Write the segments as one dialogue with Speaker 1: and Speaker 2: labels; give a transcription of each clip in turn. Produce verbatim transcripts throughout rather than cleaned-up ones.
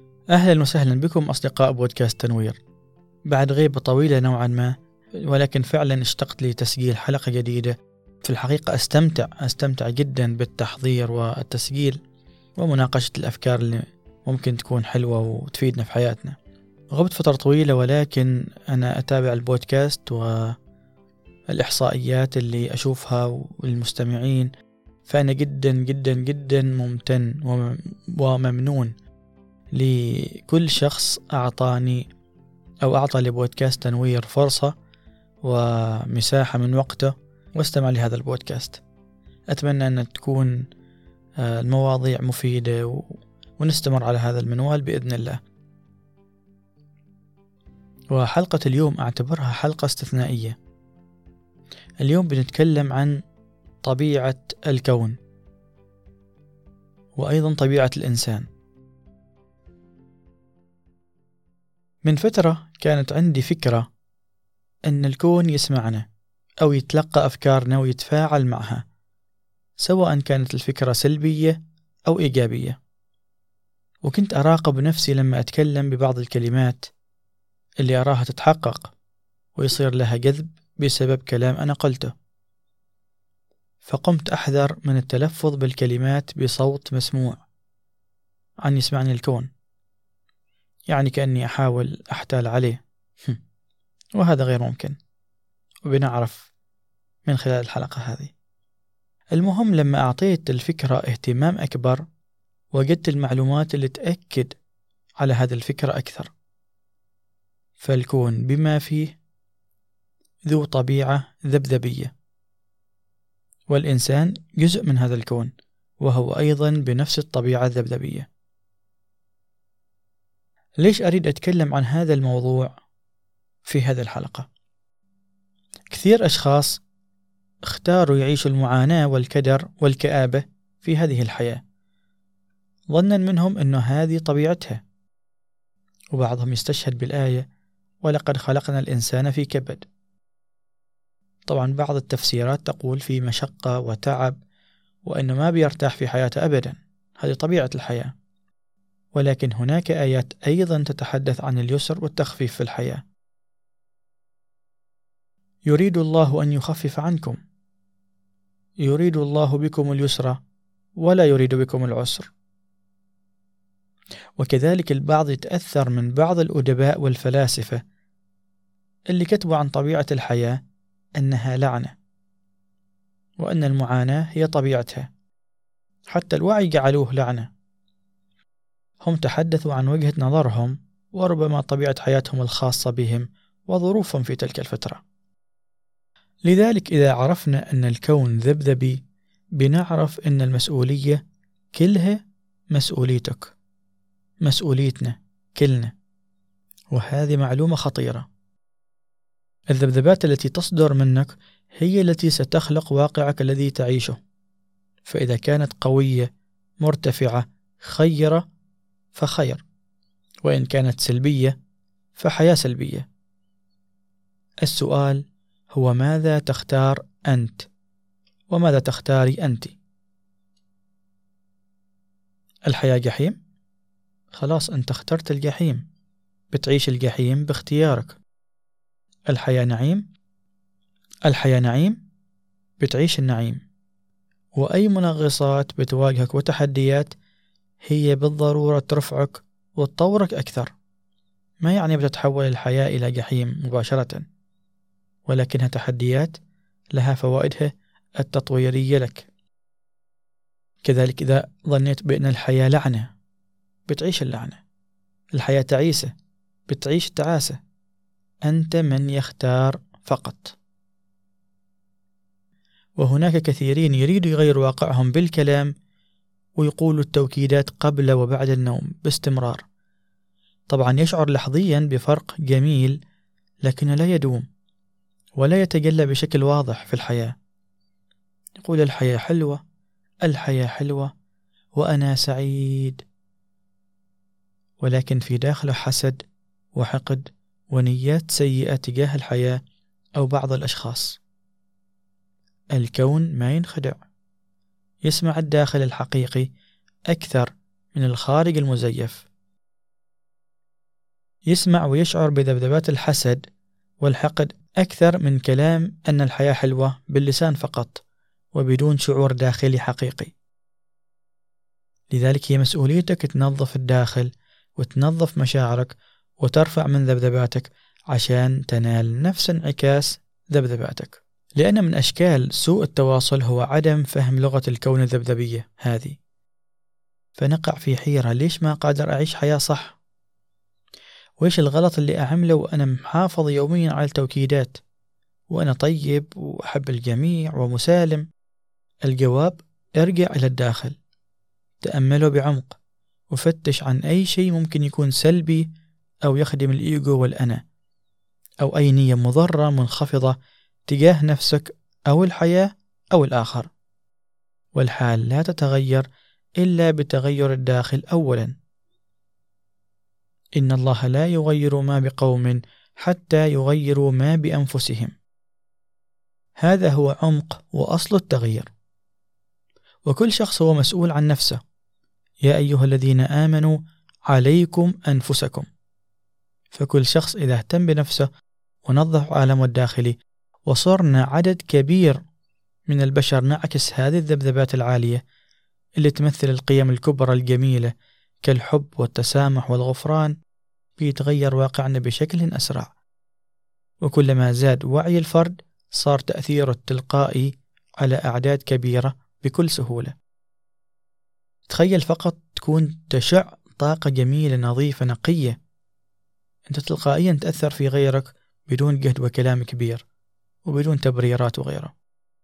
Speaker 1: أهلا وسهلا بكم أصدقاء بودكاست تنوير. بعد غيبة طويلة نوعا ما، ولكن فعلا اشتقت لتسجيل حلقة جديدة. في الحقيقة أستمتع أستمتع جدا بالتحضير والتسجيل ومناقشة الأفكار اللي ممكن تكون حلوة وتفيدنا في حياتنا. غبت فترة طويلة، ولكن أنا أتابع البودكاست والإحصائيات اللي أشوفها والمستمعين، فأنا جدا جدا جدا ممتن وممنون لكل شخص أعطاني أو أعطى لبودكاست تنوير فرصة ومساحة من وقته واستمع لهذا البودكاست. أتمنى أن تكون المواضيع مفيدة ونستمر على هذا المنوال بإذن الله. وحلقة اليوم أعتبرها حلقة استثنائية. اليوم بنتكلم عن طبيعة الكون وأيضا طبيعة الإنسان. من فترة كانت عندي فكرة أن الكون يسمعنا أو يتلقى أفكارنا ويتفاعل معها، سواء كانت الفكرة سلبية أو إيجابية. وكنت أراقب نفسي لما أتكلم ببعض الكلمات اللي أراها تتحقق ويصير لها جذب بسبب كلام أنا قلته، فقمت أحذر من التلفظ بالكلمات بصوت مسموع عن يسمعني الكون، يعني كأني أحاول أحتال عليه وهذا غير ممكن، وبنعرف من خلال الحلقة هذه. المهم، لما أعطيت الفكرة اهتمام أكبر وجدت المعلومات اللي تأكد على هذه الفكرة أكثر. فالكون بما فيه ذو طبيعة ذبذبية، والإنسان جزء من هذا الكون وهو أيضا بنفس الطبيعة الذبذبية. ليش أريد أتكلم عن هذا الموضوع في هذه الحلقة؟ كثير أشخاص اختاروا يعيشوا المعاناة والكدر والكآبة في هذه الحياة، ظنا منهم أنه هذه طبيعتها، وبعضهم يستشهد بالآية ولقد خلقنا الإنسان في كبد. طبعا بعض التفسيرات تقول في مشقة وتعب وأنه ما بيرتاح في حياته أبدا، هذه طبيعة الحياة. ولكن هناك آيات أيضا تتحدث عن اليسر والتخفيف في الحياة. يريد الله أن يخفف عنكم، يريد الله بكم اليسر ولا يريد بكم العسر. وكذلك البعض يتأثر من بعض الأدباء والفلاسفة اللي كتبوا عن طبيعة الحياة أنها لعنة، وأن المعاناة هي طبيعتها، حتى الوعي جعلوه لعنة. هم تحدثوا عن وجهة نظرهم وربما طبيعة حياتهم الخاصة بهم وظروفهم في تلك الفترة. لذلك إذا عرفنا أن الكون ذبذبي، بنعرف أن المسؤولية كلها مسؤوليتك، مسؤوليتنا كلنا، وهذه معلومة خطيرة. الذبذبات التي تصدر منك هي التي ستخلق واقعك الذي تعيشه، فإذا كانت قوية مرتفعة خيرة فخير، وإن كانت سلبية فحياة سلبية. السؤال هو ماذا تختار أنت وماذا تختاري أنت؟ الحياة جحيم؟ خلاص أنت اخترت الجحيم، بتعيش الجحيم باختيارك. الحياة نعيم؟ الحياة نعيم، بتعيش النعيم. وأي منغصات بتواجهك وتحديات هي بالضرورة ترفعك وتطورك أكثر. ما يعني بتتحول الحياة إلى جحيم مباشرة، ولكنها تحديات لها فوائدها التطويرية لك. كذلك إذا ظنيت بأن الحياة لعنة، بتعيش اللعنة. الحياة تعيسة، بتعيش التعاسة. أنت من يختار فقط. وهناك كثيرين يريدوا يغيروا واقعهم بالكلام ويقولوا التوكيدات قبل وبعد النوم باستمرار. طبعا يشعر لحظيا بفرق جميل، لكنه لا يدوم ولا يتجلى بشكل واضح في الحياة. يقول الحياة حلوة، الحياة حلوة وأنا سعيد، ولكن في داخله حسد وحقد ونيات سيئة تجاه الحياة أو بعض الأشخاص. الكون ما ينخدع، يسمع الداخل الحقيقي أكثر من الخارج المزيف. يسمع ويشعر بذبذبات الحسد والحقد أكثر من كلام أن الحياة حلوة باللسان فقط وبدون شعور داخلي حقيقي. لذلك هي مسؤوليتك تنظف الداخل وتنظف مشاعرك وترفع من ذبذباتك عشان تنال نفس انعكاس ذبذباتك. لأن من أشكال سوء التواصل هو عدم فهم لغة الكون الذبذبية هذه، فنقع في حيرة ليش ما قادر أعيش حياة صح؟ وإيش الغلط اللي أعمله وأنا محافظ يوميا على التوكيدات وأنا طيب وأحب الجميع ومسالم؟ الجواب: ارجع إلى الداخل، تأمله بعمق، وفتش عن أي شيء ممكن يكون سلبي أو يخدم الإيجو والأنا، أو أي نية مضرة منخفضة تجاه نفسك أو الحياة أو الآخر. والحال لا تتغير إلا بتغير الداخل أولا. إن الله لا يغير ما بقوم حتى يغيروا ما بأنفسهم. هذا هو عمق وأصل التغيير. وكل شخص هو مسؤول عن نفسه. يا أيها الذين آمنوا عليكم أنفسكم. فكل شخص إذا اهتم بنفسه ونظف عالمه الداخلي، وصرنا عدد كبير من البشر نعكس هذه الذبذبات العالية اللي تمثل القيم الكبرى الجميلة كالحب والتسامح والغفران، بيتغير واقعنا بشكل أسرع. وكلما زاد وعي الفرد صار تأثيره التلقائي على أعداد كبيرة بكل سهولة. تخيل فقط تكون تشع طاقة جميلة نظيفة نقية، أنت تلقائيا تأثر في غيرك بدون جهد وكلام كبير وبدون تبريرات وغيره.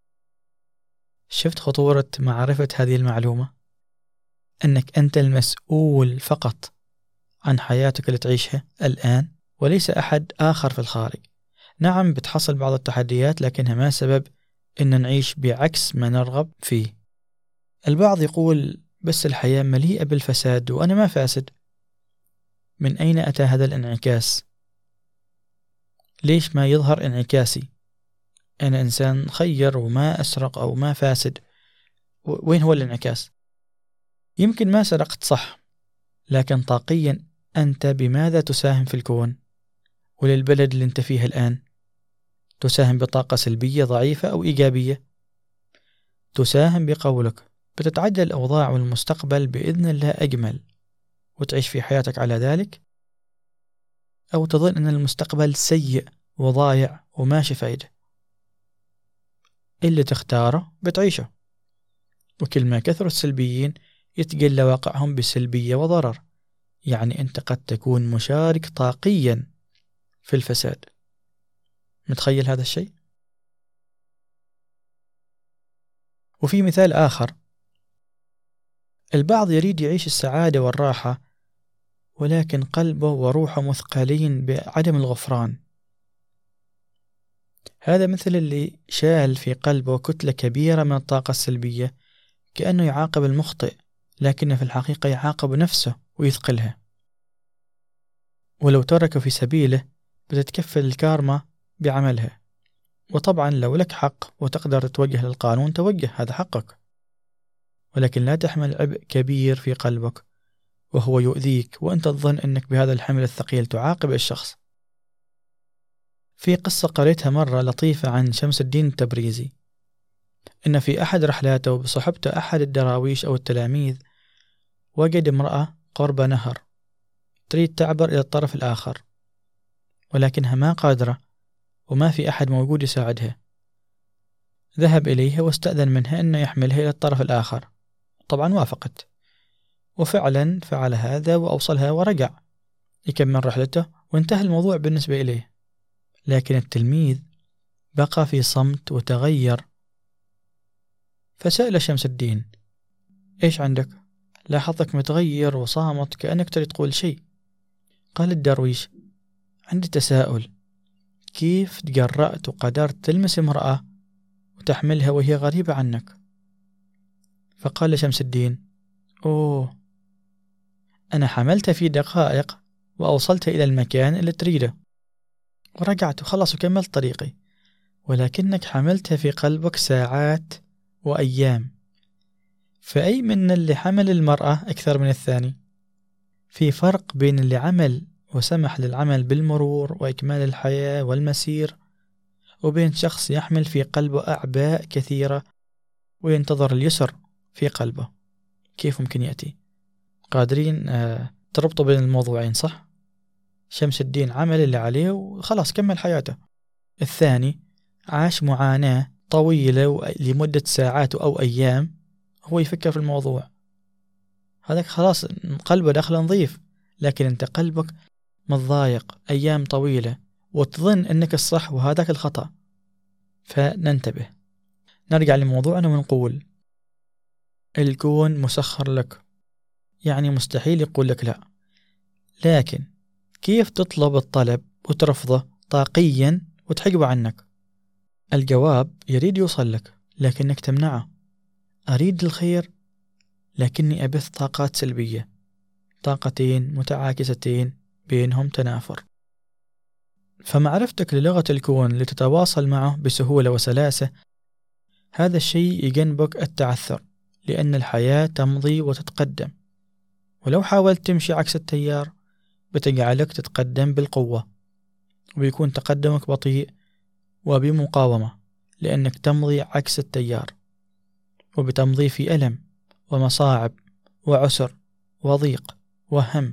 Speaker 1: شفت خطورة معرفة هذه المعلومة؟ أنك أنت المسؤول فقط عن حياتك اللي تعيشها الآن، وليس أحد آخر في الخارج. نعم بتحصل بعض التحديات، لكنها ما سبب أن نعيش بعكس ما نرغب فيه. البعض يقول بس الحياة مليئة بالفساد وأنا ما فاسد. من أين أتى هذا الانعكاس؟ ليش ما يظهر انعكاسي؟ أنا إنسان خير وما أسرق أو ما فاسد، وين هو الانعكاس؟ يمكن ما سرقت صح، لكن طاقيا أنت بماذا تساهم في الكون وللبلد اللي أنت فيه الآن؟ تساهم بطاقة سلبية ضعيفة أو إيجابية؟ تساهم بقولك بتتعدل الأوضاع والمستقبل بإذن الله أجمل وتعيش في حياتك على ذلك، أو تظن أن المستقبل سيء وضايع وماشي فايدة؟ اللي تختاره بتعيشه. وكل ما كثر السلبيين يتجلى واقعهم بسلبية وضرر. يعني أنت قد تكون مشارك طاقيا في الفساد. متخيل هذا الشيء؟ وفي مثال آخر، البعض يريد يعيش السعادة والراحة ولكن قلبه وروحه مثقلين بعدم الغفران. هذا مثل اللي شال في قلبه كتلة كبيرة من الطاقة السلبية، كأنه يعاقب المخطئ لكنه في الحقيقة يعاقب نفسه ويثقلها. ولو ترك في سبيله بتتكفل الكارما بعملها. وطبعا لو لك حق وتقدر تتوجه للقانون توجه، هذا حقك، ولكن لا تحمل عبء كبير في قلبك وهو يؤذيك وأنت تظن أنك بهذا الحمل الثقيل تعاقب الشخص. في قصة قريتها مرة لطيفة عن شمس الدين التبريزي، إن في أحد رحلاته بصحبته أحد الدراويش أو التلاميذ وجد امرأة قرب نهر تريد تعبر إلى الطرف الآخر، ولكنها ما قادرة وما في أحد موجود يساعدها. ذهب إليها واستأذن منها أنه يحملها إلى الطرف الآخر. طبعا وافقت، وفعلا فعل هذا وأوصلها ورجع يكمل رحلته وانتهى الموضوع بالنسبة إليه. لكن التلميذ بقى في صمت وتغير، فسأل شمس الدين: إيش عندك؟ لاحظتك متغير وصامت كأنك تريد تقول شيء. قال الدرويش: عندي تساؤل، كيف تجرأت وقدرت تلمس امرأة وتحملها وهي غريبة عنك؟ فقال شمس الدين: أوه، أنا حملتها في دقائق وأوصلتها إلى المكان اللي تريده ورجعت وخلص وكملت طريقي، ولكنك حملتها في قلبك ساعات وأيام. فأي من اللي حمل المرأة أكثر من الثاني؟ في فرق بين اللي عمل وسمح للعمل بالمرور وإكمال الحياة والمسير، وبين شخص يحمل في قلبه أعباء كثيرة وينتظر اليسر في قلبه. كيف ممكن يأتي؟ قادرين آه تربطوا بين الموضوعين صح؟ شمس الدين عمل اللي عليه وخلاص كمل حياته. الثاني عاش معاناة طويلة لمدة ساعات أو أيام هو يفكر في الموضوع هذاك، خلاص قلبه داخل نظيف، لكن أنت قلبك متضايق أيام طويلة وتظن أنك الصح وهذاك الخطأ. فننتبه. نرجع لموضوعنا ونقول الكون مسخر لك، يعني مستحيل يقول لك لا، لكن كيف تطلب الطلب وترفضه طاقيا وتحجبه عنك؟ الجواب يريد يوصل لك لكنك تمنعه. أريد الخير لكني أبث طاقات سلبية، طاقتين متعاكستين بينهم تنافر. فمعرفتك للغة الكون لتتواصل معه بسهولة وسلاسة، هذا الشيء يجنبك التعثر، لأن الحياة تمضي وتتقدم، ولو حاولت تمشي عكس التيار بتجعلك تتقدم بالقوة، وبيكون تقدمك بطيء وبمقاومة، لأنك تمضي عكس التيار، وبتمضي في ألم ومصاعب وعسر وضيق وهم.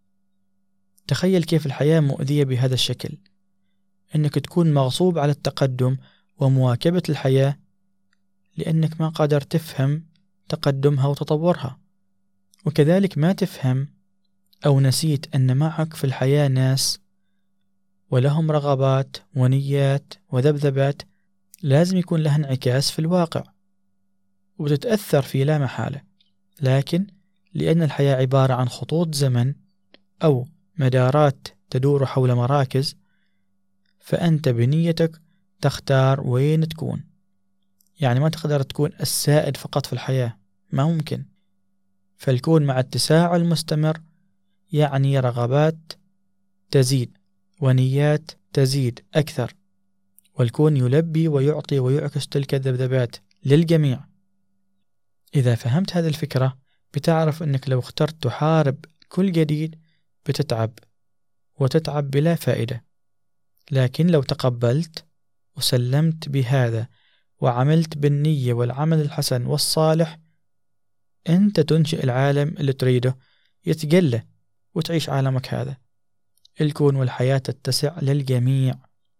Speaker 1: تخيل كيف الحياة مؤذية بهذا الشكل، أنك تكون مغصوب على التقدم ومواكبة الحياة لأنك ما قادر تفهم تقدمها وتطورها، وكذلك ما تفهم أو نسيت أن معك في الحياة ناس ولهم رغبات ونيات وذبذبات لازم يكون لها انعكاس في الواقع وبتتأثر في لا محالة. لكن لأن الحياة عبارة عن خطوط زمن أو مدارات تدور حول مراكز، فأنت بنيتك تختار وين تكون. يعني ما تقدر تكون السائد فقط في الحياة، ما ممكن. فالكون مع التساعل المستمر يعني رغبات تزيد ونيات تزيد أكثر، والكون يلبي ويعطي ويعكس تلك الذبذبات للجميع. إذا فهمت هذه الفكرة بتعرف أنك لو اخترت تحارب كل جديد بتتعب وتتعب بلا فائدة، لكن لو تقبلت وسلمت بهذا وعملت بالنية والعمل الحسن والصالح، أنت تنشئ العالم اللي تريده يتجلى وتعيش عالمك هذا. الكون والحياة تتسع للجميع،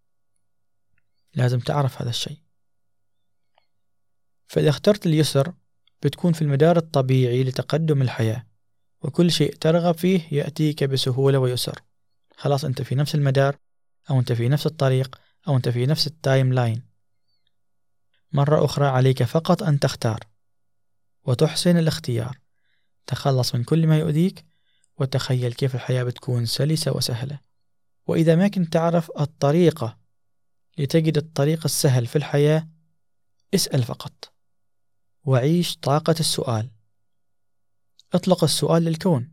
Speaker 1: لازم تعرف هذا الشيء. فإذا اخترت اليسر بتكون في المدار الطبيعي لتقدم الحياة، وكل شيء ترغب فيه يأتيك بسهولة ويسر. خلاص أنت في نفس المدار، أو أنت في نفس الطريق، أو أنت في نفس التايم لاين. مرة أخرى عليك فقط أن تختار وتحسن الاختيار، تخلص من كل ما يؤذيك، وتخيل كيف الحياة بتكون سلسة وسهلة. وإذا ما كنت تعرف الطريقة لتجد الطريق السهل في الحياة، اسأل فقط وعيش طاقة السؤال. اطلق السؤال للكون: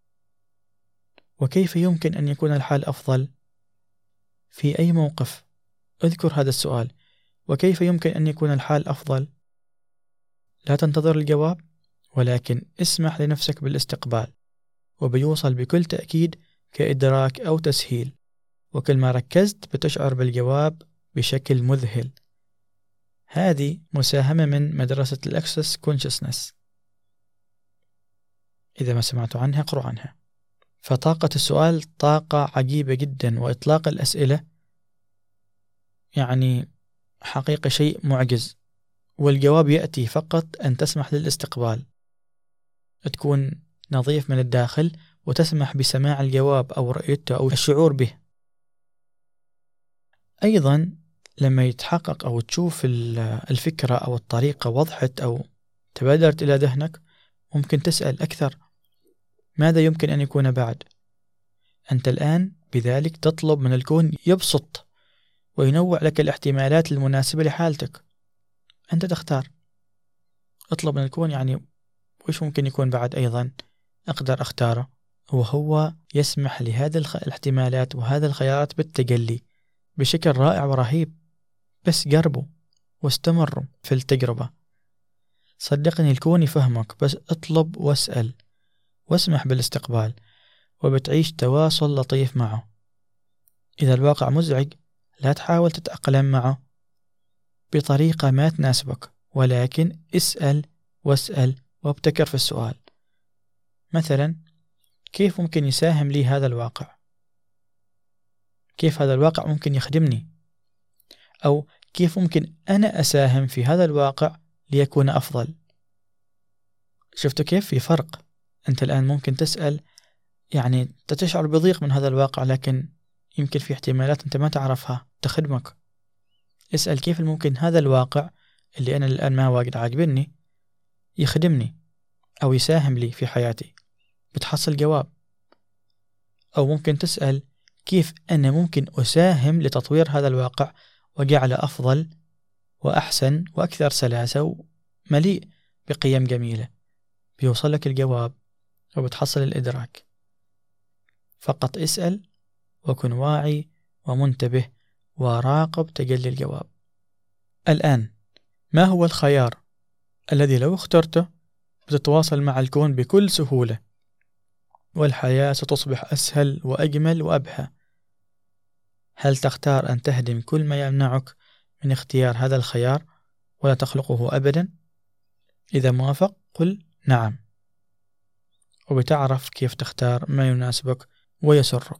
Speaker 1: وكيف يمكن أن يكون الحال أفضل؟ في أي موقف اذكر هذا السؤال: وكيف يمكن أن يكون الحال أفضل؟ لا تنتظر الجواب، ولكن اسمح لنفسك بالاستقبال، وبيوصل بكل تأكيد كإدراك أو تسهيل. وكل ما ركزت بتشعر بالجواب بشكل مذهل. هذه مساهمة من مدرسة الأكسس كونشسنس، إذا ما سمعتوا عنها اقروا عنها. فطاقة السؤال طاقة عجيبة جدا، وإطلاق الأسئلة يعني حقيقة شيء معجز، والجواب يأتي فقط أن تسمح للاستقبال، تكون نظيف من الداخل وتسمح بسماع الجواب أو رؤيته أو الشعور به. أيضا لما يتحقق أو تشوف الفكرة أو الطريقة وضحت أو تبادرت إلى ذهنك، ممكن تسأل أكثر: ماذا يمكن أن يكون بعد؟ أنت الآن بذلك تطلب من الكون يبسط وينوع لك الاحتمالات المناسبة لحالتك. أنت تختار، اطلب من الكون يعني وإيش ممكن يكون بعد أيضا أقدر أختاره، وهو يسمح لهذه الاحتمالات وهذه الخيارات بالتجلي بشكل رائع ورهيب. بس جربوا واستمروا في التجربة، صدقني الكون يفهمك. بس اطلب واسأل واسمح بالاستقبال، وبتعيش تواصل لطيف معه. إذا الواقع مزعج لا تحاول تتأقلم معه بطريقة ما تناسبك، ولكن اسأل واسأل وابتكر في السؤال. مثلا كيف ممكن يساهم لي هذا الواقع؟ كيف هذا الواقع ممكن يخدمني؟ أو كيف ممكن أنا أساهم في هذا الواقع ليكون أفضل؟ شفتوا كيف في فرق؟ أنت الآن ممكن تسأل، يعني تشعر بضيق من هذا الواقع، لكن يمكن في احتمالات أنت ما تعرفها تخدمك. اسأل كيف ممكن هذا الواقع اللي أنا الآن ما واجد عاجبني يخدمني أو يساهم لي في حياتي، بتحصل جواب. أو ممكن تسأل كيف أنا ممكن أساهم لتطوير هذا الواقع وجعله أفضل وأحسن وأكثر سلاسة ومليء بقيم جميلة. بيوصل لك الجواب وبتحصل الإدراك. فقط اسأل وكن واعي ومنتبه وراقب تجلي الجواب. الآن ما هو الخيار الذي لو اخترته بتتواصل مع الكون بكل سهولة والحياة ستصبح أسهل وأجمل وأبهى؟ هل تختار أن تهدم كل ما يمنعك من اختيار هذا الخيار ولا تخلقه أبدا؟ إذا موافق قل نعم، وبتعرف كيف تختار ما يناسبك ويسرك.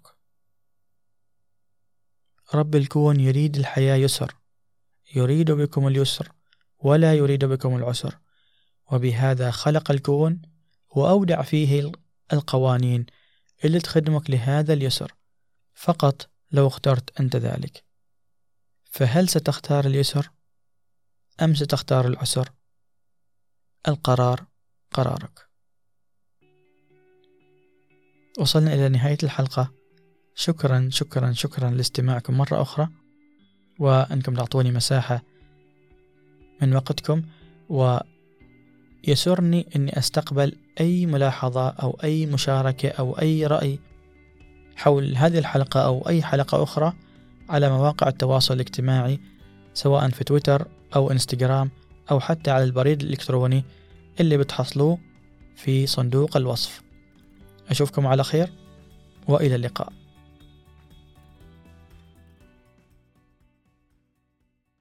Speaker 1: رب الكون يريد الحياة يسر، يريد بكم اليسر ولا يريد بكم العسر، وبهذا خلق الكون وأودع فيه القوانين اللي تخدمك لهذا اليسر، فقط لو اخترت أنت ذلك. فهل ستختار اليسر أم ستختار العسر؟ القرار قرارك. وصلنا إلى نهاية الحلقة. شكرا شكرا شكرا لاستماعكم مرة أخرى، وأنكم تعطوني مساحة من وقتكم، ويسرني أني أستقبل أي ملاحظة أو أي مشاركة أو أي رأي حول هذه الحلقة أو أي حلقة أخرى على مواقع التواصل الاجتماعي، سواء في تويتر أو إنستغرام أو حتى على البريد الإلكتروني اللي بتحصلوه في صندوق الوصف. أشوفكم على خير وإلى اللقاء.